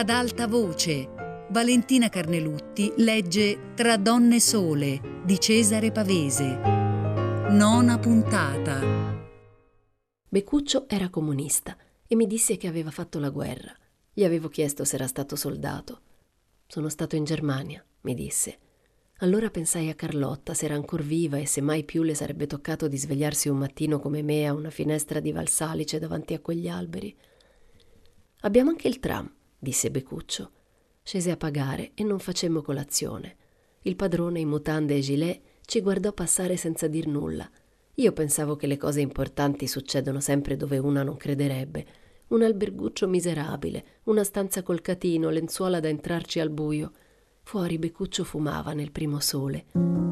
Ad alta voce, Valentina Carnelutti legge Tra donne sole di Cesare Pavese. 9ª puntata. Beccuccio era comunista e mi disse che aveva fatto la guerra. Gli avevo chiesto se era stato soldato. Sono stato in Germania, mi disse. Allora pensai a Carlotta, se era ancor viva e se mai più le sarebbe toccato di svegliarsi un mattino come me a una finestra di Valsalice davanti a quegli alberi. Abbiamo anche il tram, disse Beccuccio. Scese a pagare e non facemmo colazione. Il padrone in mutande e gilet ci guardò passare senza dir nulla. Io pensavo che le cose importanti succedono sempre dove una non crederebbe. Un alberguccio miserabile, una stanza col catino, lenzuola da entrarci al buio. Fuori Beccuccio fumava nel primo sole.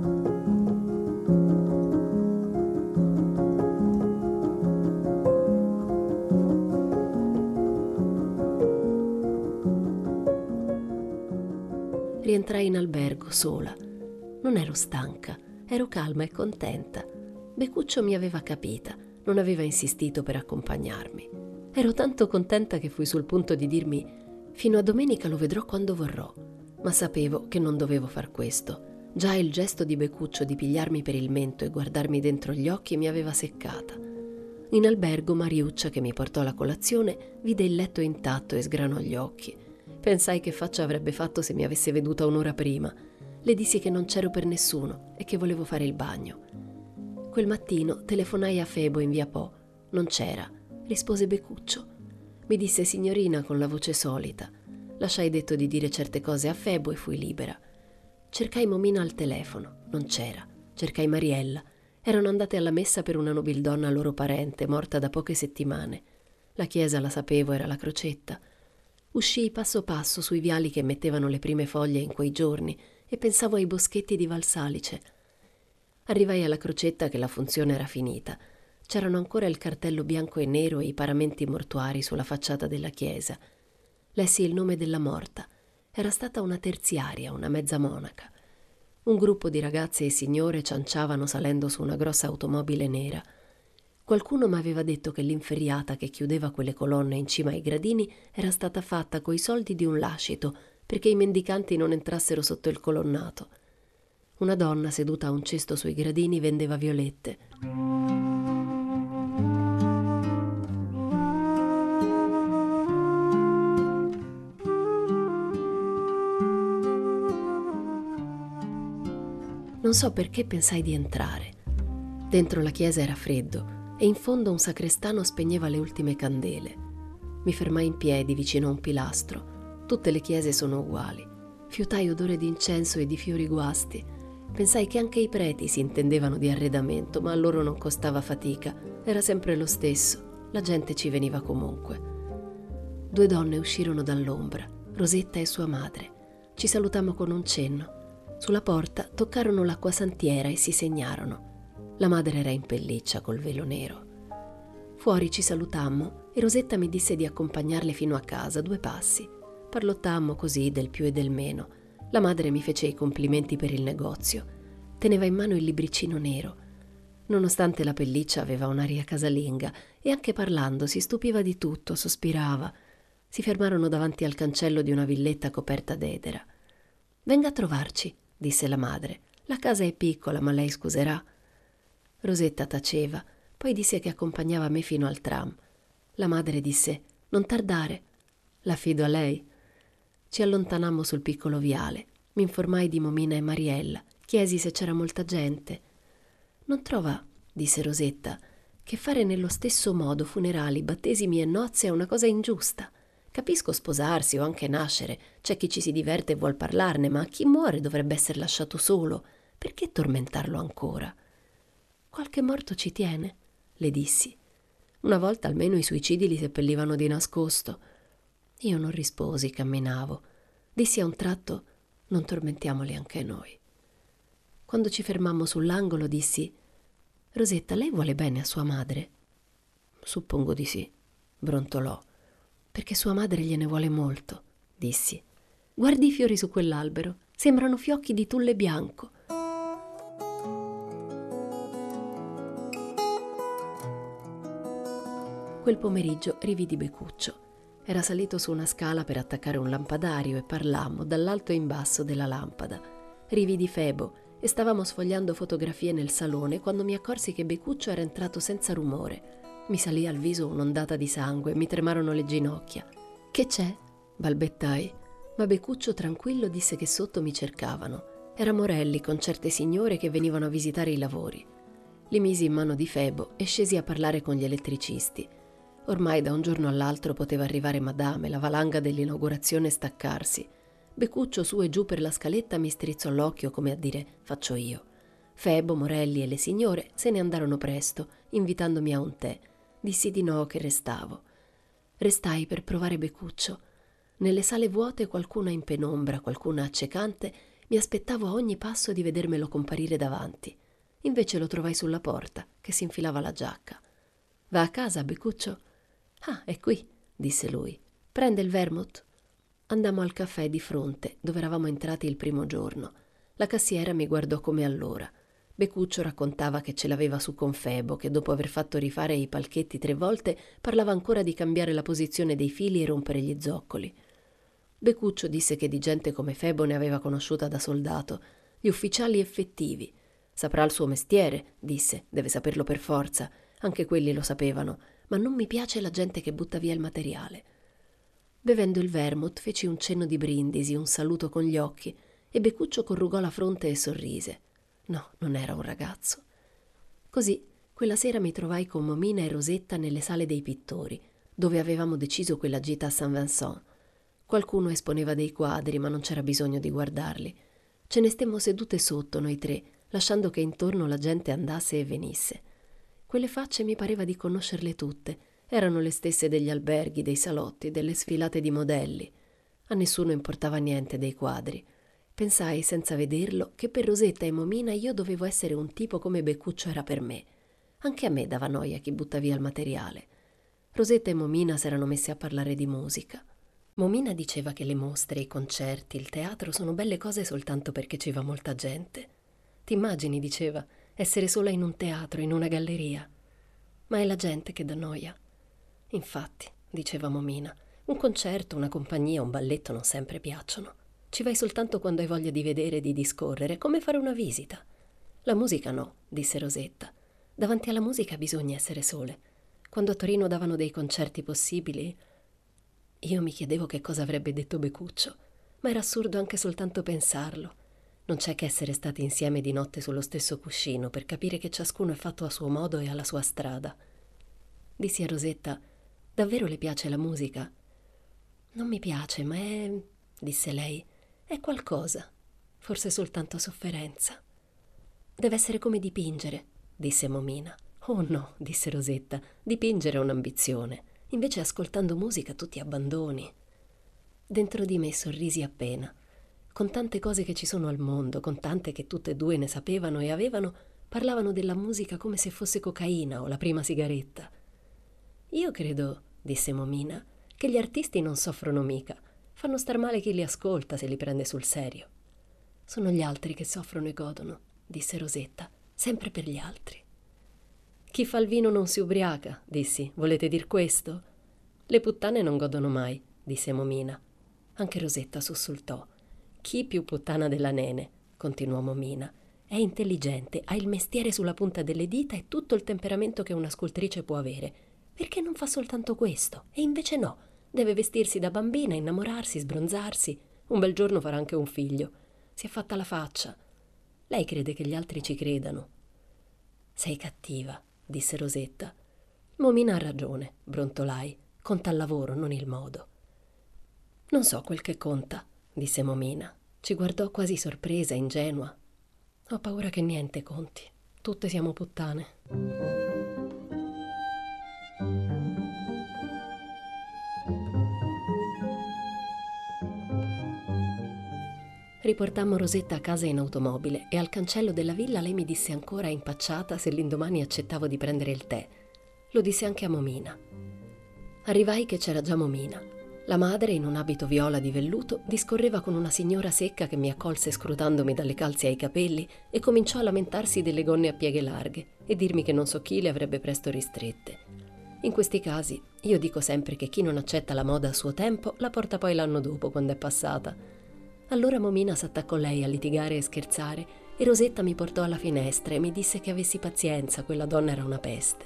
Rientrai in albergo sola. Non ero stanca, ero calma e contenta. Beccuccio mi aveva capita, non aveva insistito per accompagnarmi. Ero tanto contenta che fui sul punto di dirmi: fino a domenica lo vedrò quando vorrò. Ma sapevo che non dovevo far questo. Già il gesto di Beccuccio di pigliarmi per il mento e guardarmi dentro gli occhi mi aveva seccata. In albergo Mariuccia, che mi portò la colazione, vide il letto intatto e sgranò gli occhi. Pensai che faccia avrebbe fatto se mi avesse veduta un'ora prima. Le dissi che non c'ero per nessuno e che volevo fare il bagno. Quel mattino telefonai a Febo in via Po. Non c'era. Rispose Beccuccio. Mi disse signorina con la voce solita. Lasciai detto di dire certe cose a Febo e fui libera. Cercai Momina al telefono. Non c'era. Cercai Mariella. Erano andate alla messa per una nobildonna loro parente, morta da poche settimane. La chiesa, la sapevo, era la Crocetta. Uscii passo passo sui viali che mettevano le prime foglie in quei giorni e pensavo ai boschetti di Valsalice. Arrivai alla Crocetta che la funzione era finita. C'erano ancora il cartello bianco e nero e i paramenti mortuari sulla facciata della chiesa. Lessi il nome della morta. Era stata una terziaria, una mezza monaca. Un gruppo di ragazze e signore cianciavano salendo su una grossa automobile nera. Qualcuno m'aveva detto che l'inferriata che chiudeva quelle colonne in cima ai gradini era stata fatta coi soldi di un lascito perché i mendicanti non entrassero sotto il colonnato. Una donna seduta a un cesto sui gradini vendeva violette. Non so perché pensai di entrare. Dentro la chiesa era freddo e in fondo un sacrestano spegneva le ultime candele. Mi fermai in piedi vicino a un pilastro. Tutte le chiese sono uguali. Fiutai odore di incenso e di fiori guasti. Pensai che anche i preti si intendevano di arredamento, ma a loro non costava fatica. Era sempre lo stesso. La gente ci veniva comunque. 2 donne uscirono dall'ombra, Rosetta e sua madre. Ci salutammo con un cenno. Sulla porta toccarono l'acquasantiera e si segnarono. La madre era in pelliccia col velo nero. Fuori ci salutammo e Rosetta mi disse di accompagnarle fino a casa, 2 passi. Parlottammo così del più e del meno. La madre mi fece i complimenti per il negozio. Teneva in mano il libricino nero. Nonostante la pelliccia aveva un'aria casalinga e anche parlando si stupiva di tutto, sospirava. Si fermarono davanti al cancello di una villetta coperta d'edera. «Venga a trovarci», disse la madre. «La casa è piccola, ma lei scuserà». Rosetta taceva, poi disse che accompagnava me fino al tram. La madre disse: «Non tardare». «L'affido a lei». Ci allontanammo sul piccolo viale. Mi informai di Momina e Mariella. Chiesi se c'era molta gente. «Non trova», disse Rosetta, «che fare nello stesso modo funerali, battesimi e nozze è una cosa ingiusta. Capisco sposarsi o anche nascere, c'è chi ci si diverte e vuol parlarne, ma chi muore dovrebbe essere lasciato solo. Perché tormentarlo ancora?» «Qualche morto ci tiene», le dissi. Una volta almeno i suicidi li seppellivano di nascosto. Io non risposi, camminavo. Dissi a un tratto: «Non tormentiamoli anche noi». Quando ci fermammo sull'angolo dissi: «Rosetta, lei vuole bene a sua madre?» «Suppongo di sì», brontolò. «Perché sua madre gliene vuole molto», dissi. «Guardi i fiori su quell'albero, sembrano fiocchi di tulle bianco». Quel pomeriggio rividi Beccuccio. Era salito su una scala per attaccare un lampadario e parlammo dall'alto in basso della lampada. Rividi Febo e stavamo sfogliando fotografie nel salone quando mi accorsi che Becuccio era entrato senza rumore. Mi salì al viso un'ondata di sangue e mi tremarono le ginocchia. «Che c'è?» balbettai, ma Becuccio tranquillo disse che sotto mi cercavano. Era Morelli con certe signore che venivano a visitare i lavori. Li misi in mano di Febo e scesi a parlare con gli elettricisti. Ormai da un giorno all'altro poteva arrivare Madame, la valanga dell'inaugurazione staccarsi. Becuccio su e giù per la scaletta mi strizzò l'occhio come a dire «faccio io». Febo, Morelli e le signore se ne andarono presto, invitandomi a un tè. Dissi di no, che restavo. Restai per provare Becuccio. Nelle sale vuote, qualcuna in penombra, qualcuna accecante, mi aspettavo a ogni passo di vedermelo comparire davanti. Invece lo trovai sulla porta, che si infilava la giacca. «Va a casa, Becuccio?» «Ah, è qui», disse lui. «Prende il vermouth?» Andammo al caffè di fronte, dove eravamo entrati il primo giorno. La cassiera mi guardò come allora. Becuccio raccontava che ce l'aveva su con Febo, che dopo aver fatto rifare i palchetti 3 volte parlava ancora di cambiare la posizione dei fili e rompere gli zoccoli. Becuccio disse che di gente come Febo ne aveva conosciuta da soldato, gli ufficiali effettivi. «Saprà il suo mestiere», disse, «deve saperlo per forza. Anche quelli lo sapevano, ma non mi piace la gente che butta via il materiale». Bevendo il vermouth feci un cenno di brindisi, un saluto con gli occhi, e Becuccio corrugò la fronte e sorrise. No, non era un ragazzo. Così, quella sera mi trovai con Momina e Rosetta nelle sale dei pittori, dove avevamo deciso quella gita a Saint Vincent. Qualcuno esponeva dei quadri, ma non c'era bisogno di guardarli. Ce ne stemmo sedute sotto, noi 3, lasciando che intorno la gente andasse e venisse. Quelle facce mi pareva di conoscerle tutte. Erano le stesse degli alberghi, dei salotti, delle sfilate di modelli. A nessuno importava niente dei quadri. Pensai, senza vederlo, che per Rosetta e Momina io dovevo essere un tipo come Becuccio era per me. Anche a me dava noia chi butta via il materiale. Rosetta e Momina s'erano messe a parlare di musica. Momina diceva che le mostre, i concerti, il teatro sono belle cose soltanto perché ci va molta gente. Ti immagini, diceva, essere sola in un teatro, in una galleria? Ma è la gente che dà noia. Infatti, diceva Momina, un concerto, una compagnia, un balletto non sempre piacciono. Ci vai soltanto quando hai voglia di vedere e di discorrere, come fare una visita. La musica no, disse Rosetta. Davanti alla musica bisogna essere sole. Quando a Torino davano dei concerti possibili, io mi chiedevo che cosa avrebbe detto Becuccio, ma era assurdo anche soltanto pensarlo. Non c'è che essere stati insieme di notte sullo stesso cuscino per capire che ciascuno è fatto a suo modo e alla sua strada. Dissi a Rosetta: «Davvero le piace la musica?» «Non mi piace, ma è...» disse lei. «È qualcosa. Forse soltanto sofferenza». «Deve essere come dipingere», disse Momina. «Oh no», disse Rosetta, «dipingere è un'ambizione. Invece ascoltando musica tu ti abbandoni». Dentro di me sorrisi appena. Con tante cose che ci sono al mondo, con tante che tutte e 2 ne sapevano e avevano, parlavano della musica come se fosse cocaina o la prima sigaretta. «Io credo», disse Momina, «che gli artisti non soffrono mica. Fanno star male chi li ascolta se li prende sul serio». «Sono gli altri che soffrono e godono», disse Rosetta, «sempre per gli altri». «Chi fa il vino non si ubriaca», dissi. «Volete dir questo?» «Le puttane non godono mai», disse Momina. Anche Rosetta sussultò. «Chi più puttana della Nene?» continuò Momina. «È intelligente, ha il mestiere sulla punta delle dita e tutto il temperamento che una scultrice può avere. Perché non fa soltanto questo? E invece no, deve vestirsi da bambina, innamorarsi, sbronzarsi. Un bel giorno farà anche un figlio. Si è fatta la faccia. Lei crede che gli altri ci credano». «Sei cattiva», disse Rosetta. «Momina ha ragione», brontolai. «Conta il lavoro, non il modo». «Non so quel che conta», disse Momina. Ci guardò quasi sorpresa, ingenua. «Ho paura che niente conti. Tutte siamo puttane». Riportammo Rosetta a casa in automobile e al cancello della villa lei mi disse ancora impacciata se l'indomani accettavo di prendere il tè. Lo disse anche a Momina. Arrivai che c'era già Momina. La madre, in un abito viola di velluto, discorreva con una signora secca che mi accolse scrutandomi dalle calze ai capelli e cominciò a lamentarsi delle gonne a pieghe larghe e dirmi che non so chi le avrebbe presto ristrette. In questi casi io dico sempre che chi non accetta la moda a suo tempo la porta poi l'anno dopo, quando è passata. Allora Momina s'attaccò lei a litigare e scherzare e Rosetta mi portò alla finestra e mi disse che avessi pazienza, quella donna era una peste.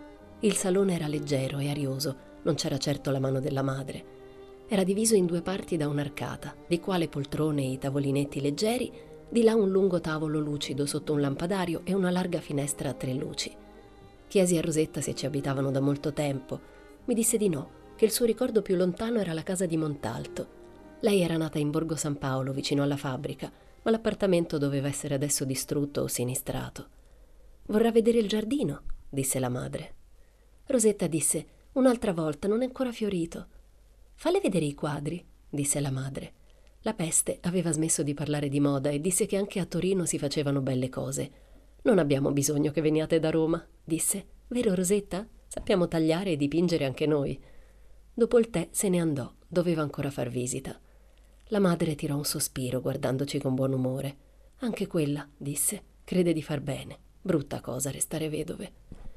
Il salone era leggero e arioso, non c'era certo la mano della madre. Era diviso in 2 parti da un'arcata, di quale poltrone e i tavolinetti leggeri, di là un lungo tavolo lucido sotto un lampadario e una larga finestra a 3 luci. Chiesi a Rosetta se ci abitavano da molto tempo. Mi disse di no, che il suo ricordo più lontano era la casa di Montalto. Lei era nata in Borgo San Paolo, vicino alla fabbrica, ma l'appartamento doveva essere adesso distrutto o sinistrato. «Vorrà vedere il giardino?» disse la madre. Rosetta disse: «Un'altra volta, non è ancora fiorito». «Falle vedere i quadri», disse la madre. La peste aveva smesso di parlare di moda e disse che anche a Torino si facevano belle cose. «Non abbiamo bisogno che veniate da Roma», disse. «Vero, Rosetta? Sappiamo tagliare e dipingere anche noi». Dopo il tè se ne andò, doveva ancora far visita. La madre tirò un sospiro guardandoci con buon umore. «Anche quella», disse, «crede di far bene. Brutta cosa restare vedove».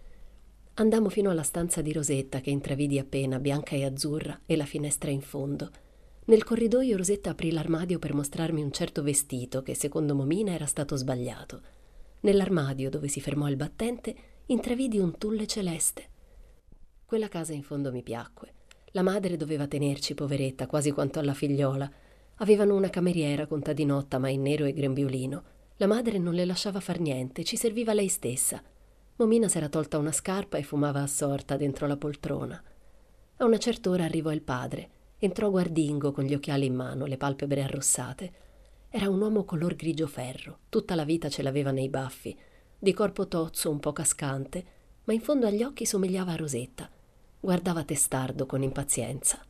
Andammo fino alla stanza di Rosetta, che intravidi appena, bianca e azzurra, e la finestra in fondo. Nel corridoio Rosetta aprì l'armadio per mostrarmi un certo vestito che, secondo Momina, era stato sbagliato. Nell'armadio, dove si fermò il battente, intravidi un tulle celeste. Quella casa in fondo mi piacque. La madre doveva tenerci, poveretta, quasi quanto alla figliola. Avevano una cameriera contadinotta, ma in nero e grembiulino. La madre non le lasciava far niente, ci serviva lei stessa. Momina s'era tolta una scarpa e fumava assorta dentro la poltrona. A una certa ora arrivò il padre. Entrò guardingo con gli occhiali in mano, le palpebre arrossate. Era un uomo color grigio ferro, tutta la vita ce l'aveva nei baffi, di corpo tozzo, un po' cascante, ma in fondo agli occhi somigliava a Rosetta. Guardava testardo con impazienza.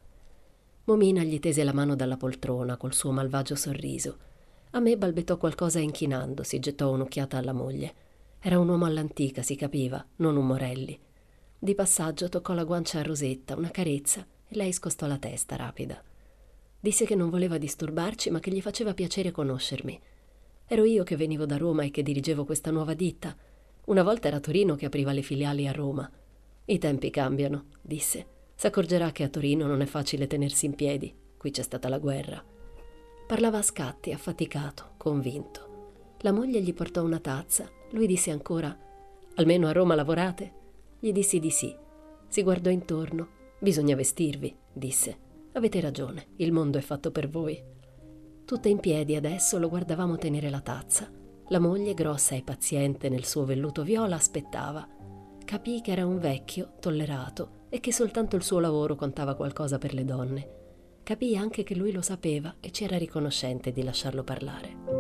Momina gli tese la mano dalla poltrona col suo malvagio sorriso. A me balbettò qualcosa inchinandosi, gettò un'occhiata alla moglie. Era un uomo all'antica, si capiva, non un Morelli. Di passaggio toccò la guancia a Rosetta, una carezza, e lei scostò la testa rapida. Disse che non voleva disturbarci, ma che gli faceva piacere conoscermi. Ero io che venivo da Roma e che dirigevo questa nuova ditta. Una volta era Torino che apriva le filiali a Roma. I tempi cambiano, disse. S'accorgerà che a Torino non è facile tenersi in piedi. Qui c'è stata la guerra. Parlava a scatti, affaticato, convinto. La moglie gli portò una tazza. Lui disse ancora: «Almeno a Roma lavorate?» Gli dissi di sì. Si guardò intorno. «Bisogna vestirvi», disse. «Avete ragione, il mondo è fatto per voi». Tutte in piedi adesso lo guardavamo tenere la tazza. La moglie, grossa e paziente nel suo velluto viola, aspettava. Capii che era un vecchio, tollerato, e che soltanto il suo lavoro contava qualcosa per le donne. Capii anche che lui lo sapeva e ci era riconoscente di lasciarlo parlare.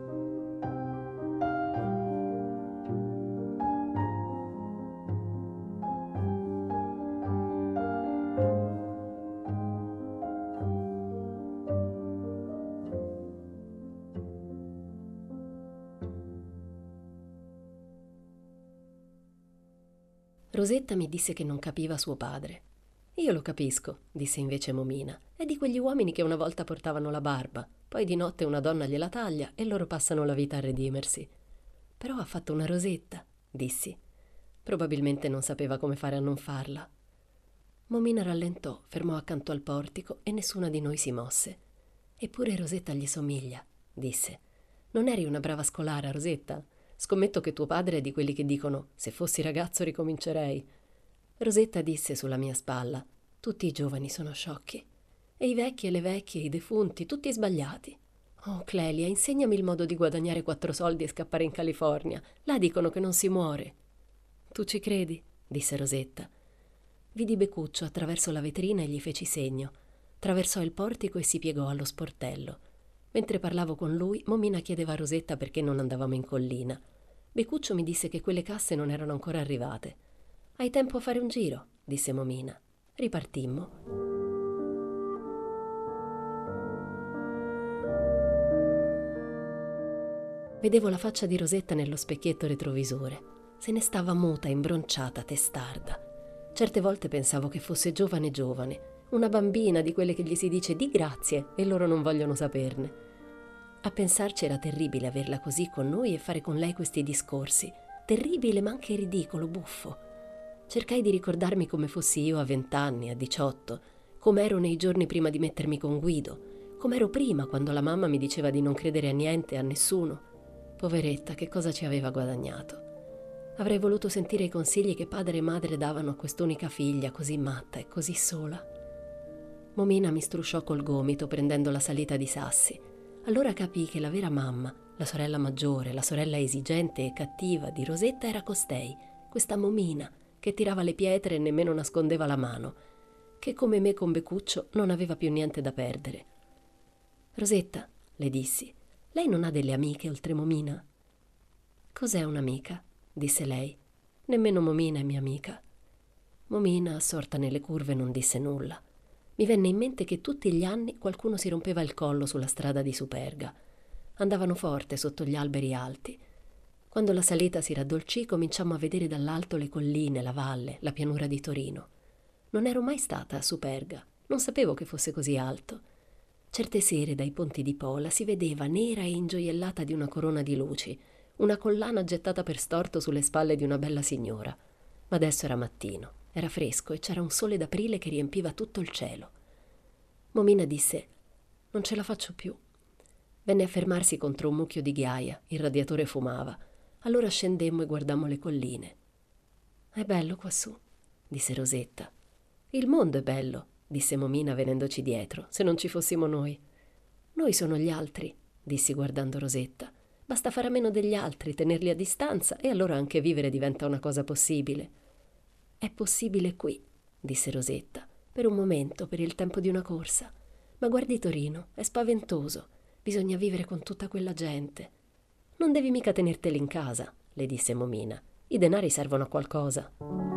Rosetta mi disse che non capiva suo padre. «Io lo capisco», disse invece Momina. «È di quegli uomini che una volta portavano la barba, poi di notte una donna gliela taglia e loro passano la vita a redimersi». «Però ha fatto una Rosetta», dissi. Probabilmente non sapeva come fare a non farla. Momina rallentò, fermò accanto al portico e nessuna di noi si mosse. «Eppure Rosetta gli somiglia», disse. «Non eri una brava scolara, Rosetta? Scommetto che tuo padre è di quelli che dicono: se fossi ragazzo ricomincerei». Rosetta disse sulla mia spalla: «Tutti i giovani sono sciocchi. E i vecchi e le vecchie, i defunti, tutti sbagliati. Oh, Clelia, insegnami il modo di guadagnare 4 soldi e scappare in California. Là dicono che non si muore». «Tu ci credi?» disse Rosetta. Vidi Becuccio attraverso la vetrina e gli feci segno. Attraversò il portico e si piegò allo sportello. Mentre parlavo con lui, Momina chiedeva a Rosetta perché non andavamo in collina. Becuccio mi disse che quelle casse non erano ancora arrivate. «Hai tempo a fare un giro?» disse Momina. Ripartimmo. Vedevo la faccia di Rosetta nello specchietto retrovisore. Se ne stava muta, imbronciata, testarda. Certe volte pensavo che fosse giovane giovane, una bambina di quelle che gli si dice «di grazie» e loro non vogliono saperne. A pensarci era terribile averla così con noi e fare con lei questi discorsi. Terribile ma anche ridicolo, buffo. Cercai di ricordarmi come fossi io a 20 anni, a 18, com'ero nei giorni prima di mettermi con Guido, com'ero prima quando la mamma mi diceva di non credere a niente e a nessuno. Poveretta, che cosa ci aveva guadagnato? Avrei voluto sentire i consigli che padre e madre davano a quest'unica figlia così matta e così sola. Momina mi strusciò col gomito prendendo la salita di sassi. Allora capii che la vera mamma, la sorella maggiore, la sorella esigente e cattiva di Rosetta era costei, questa Momina, che tirava le pietre e nemmeno nascondeva la mano, che come me con Becuccio non aveva più niente da perdere. «Rosetta», le dissi, «lei non ha delle amiche oltre Momina?» «Cos'è un'amica?» disse lei. «Nemmeno Momina è mia amica». Momina, assorta nelle curve, non disse nulla. Mi venne in mente che tutti gli anni qualcuno si rompeva il collo sulla strada di Superga. Andavano forte sotto gli alberi alti. Quando la salita si raddolcì, cominciammo a vedere dall'alto le colline, la valle, la pianura di Torino. Non ero mai stata a Superga, non sapevo che fosse così alto. Certe sere dai ponti di Pola si vedeva nera e ingioiellata di una corona di luci, una collana gettata per storto sulle spalle di una bella signora. Ma adesso era mattino. Era fresco e c'era un sole d'aprile che riempiva tutto il cielo. Momina disse: «Non ce la faccio più». Venne a fermarsi contro un mucchio di ghiaia, il radiatore fumava. Allora scendemmo e guardammo le colline. «È bello quassù», disse Rosetta. «Il mondo è bello», disse Momina venendoci dietro, «se non ci fossimo noi». «Noi sono gli altri», dissi guardando Rosetta. «Basta fare a meno degli altri, tenerli a distanza e allora anche vivere diventa una cosa possibile». «È possibile qui», disse Rosetta, «per un momento, per il tempo di una corsa. Ma guardi Torino, è spaventoso. Bisogna vivere con tutta quella gente». «Non devi mica tenerteli in casa», le disse Momina. «I denari servono a qualcosa».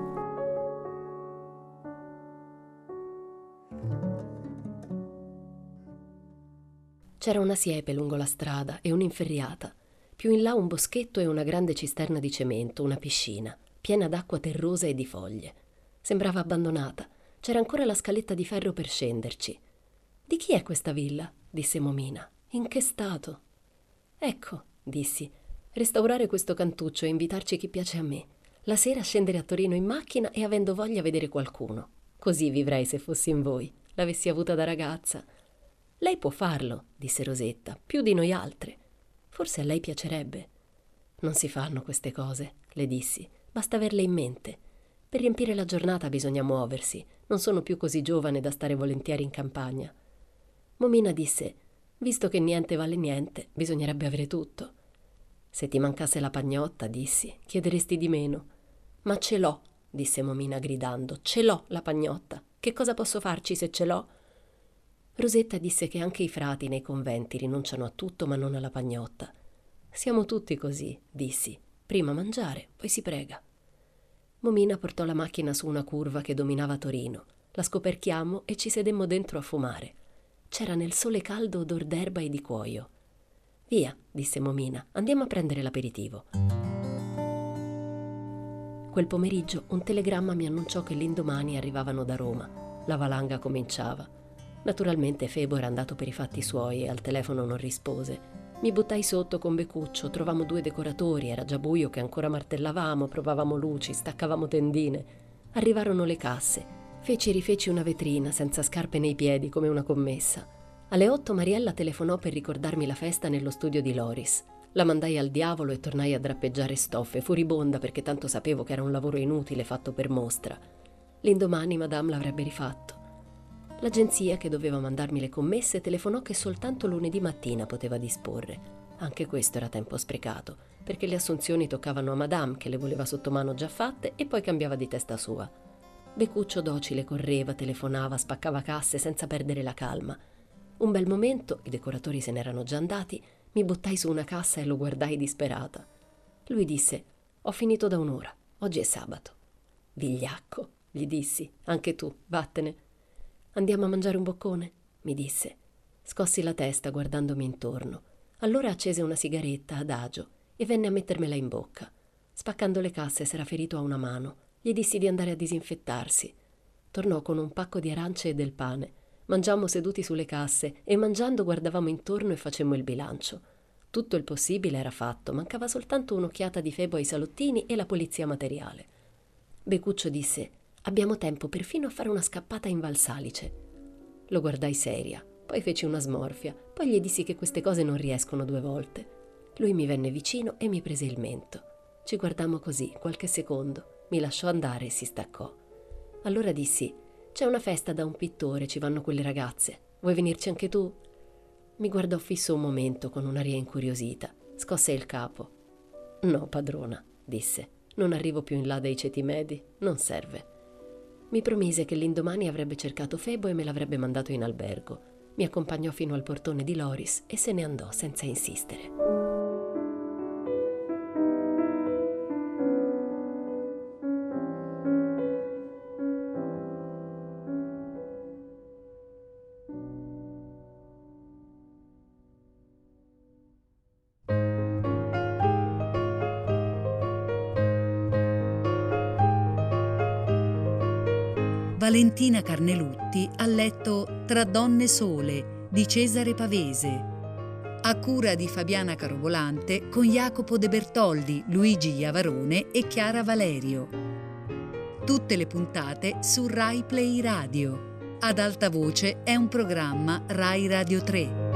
C'era una siepe lungo la strada e un'inferriata. Più in là un boschetto e una grande cisterna di cemento, una piscina, piena d'acqua terrosa e di foglie. Sembrava abbandonata. C'era ancora la scaletta di ferro per scenderci. «Di chi è questa villa?» disse Momina. «In che stato?» «Ecco», dissi, «restaurare questo cantuccio e invitarci chi piace a me. La sera scendere a Torino in macchina e avendo voglia vedere qualcuno. Così vivrei se fossi in voi. L'avessi avuta da ragazza». «Lei può farlo», disse Rosetta, «più di noi altre. Forse a lei piacerebbe». «Non si fanno queste cose», le dissi. «Basta averle in mente. Per riempire la giornata bisogna muoversi. Non sono più così giovane da stare volentieri in campagna». Momina disse: «Visto che niente vale niente, bisognerebbe avere tutto». «Se ti mancasse la pagnotta», dissi, «chiederesti di meno». «Ma ce l'ho», disse Momina gridando, «ce l'ho la pagnotta. Che cosa posso farci se ce l'ho?» Rosetta disse che anche i frati nei conventi rinunciano a tutto ma non alla pagnotta. «Siamo tutti così», dissi. «Prima mangiare, poi si prega». Momina portò la macchina su una curva che dominava Torino. La scoperchiammo e ci sedemmo dentro a fumare. C'era nel sole caldo odor d'erba e di cuoio. «Via», disse Momina, «andiamo a prendere l'aperitivo». Quel pomeriggio un telegramma mi annunciò che l'indomani arrivavano da Roma. La valanga cominciava. Naturalmente Febo era andato per i fatti suoi e al telefono non rispose. Mi buttai sotto con Becuccio, trovammo 2 decoratori, era già buio che ancora martellavamo, provavamo luci, staccavamo tendine. Arrivarono le casse. Feci e rifeci una vetrina, senza scarpe nei piedi, come una commessa. Alle 8 Mariella telefonò per ricordarmi la festa nello studio di Loris. La mandai al diavolo e tornai a drappeggiare stoffe, furibonda perché tanto sapevo che era un lavoro inutile fatto per mostra. L'indomani Madame l'avrebbe rifatto. L'agenzia che doveva mandarmi le commesse telefonò che soltanto lunedì mattina poteva disporre. Anche questo era tempo sprecato, perché le assunzioni toccavano a Madame, che le voleva sotto mano già fatte, e poi cambiava di testa sua. Becuccio docile correva, telefonava, spaccava casse senza perdere la calma. Un bel momento, i decoratori se n'erano già andati, mi buttai su una cassa e lo guardai disperata. Lui disse: «Ho finito da un'ora, oggi è sabato». «Vigliacco», gli dissi, «anche tu, vattene». «Andiamo a mangiare un boccone?» mi disse. Scossi la testa guardandomi intorno. Allora accese una sigaretta adagio e venne a mettermela in bocca. Spaccando le casse s'era ferito a una mano. Gli dissi di andare a disinfettarsi. Tornò con un pacco di arance e del pane. Mangiammo seduti sulle casse e mangiando guardavamo intorno e facemmo il bilancio. Tutto il possibile era fatto, mancava soltanto un'occhiata di Febo ai salottini e la polizia materiale. Becuccio disse: «Abbiamo tempo perfino a fare una scappata in Valsalice». Lo guardai seria, poi feci una smorfia, poi gli dissi che queste cose non riescono 2 volte. Lui mi venne vicino e mi prese il mento. Ci guardammo così, qualche secondo, mi lasciò andare e si staccò. Allora dissi: «C'è una festa da un pittore, ci vanno quelle ragazze. Vuoi venirci anche tu?» Mi guardò fisso un momento con un'aria incuriosita, scosse il capo. «No, padrona», disse, «non arrivo più in là dei ceti medi, non serve». Mi promise che l'indomani avrebbe cercato Febo e me l'avrebbe mandato in albergo. Mi accompagnò fino al portone di Loris e se ne andò senza insistere. Valentina Carnelutti ha letto Tra donne sole di Cesare Pavese, a cura di Fabiana Carobolante con Jacopo De Bertoldi, Luigi Iavarone e Chiara Valerio. Tutte le puntate su Rai Play Radio. Ad alta voce è un programma Rai Radio 3.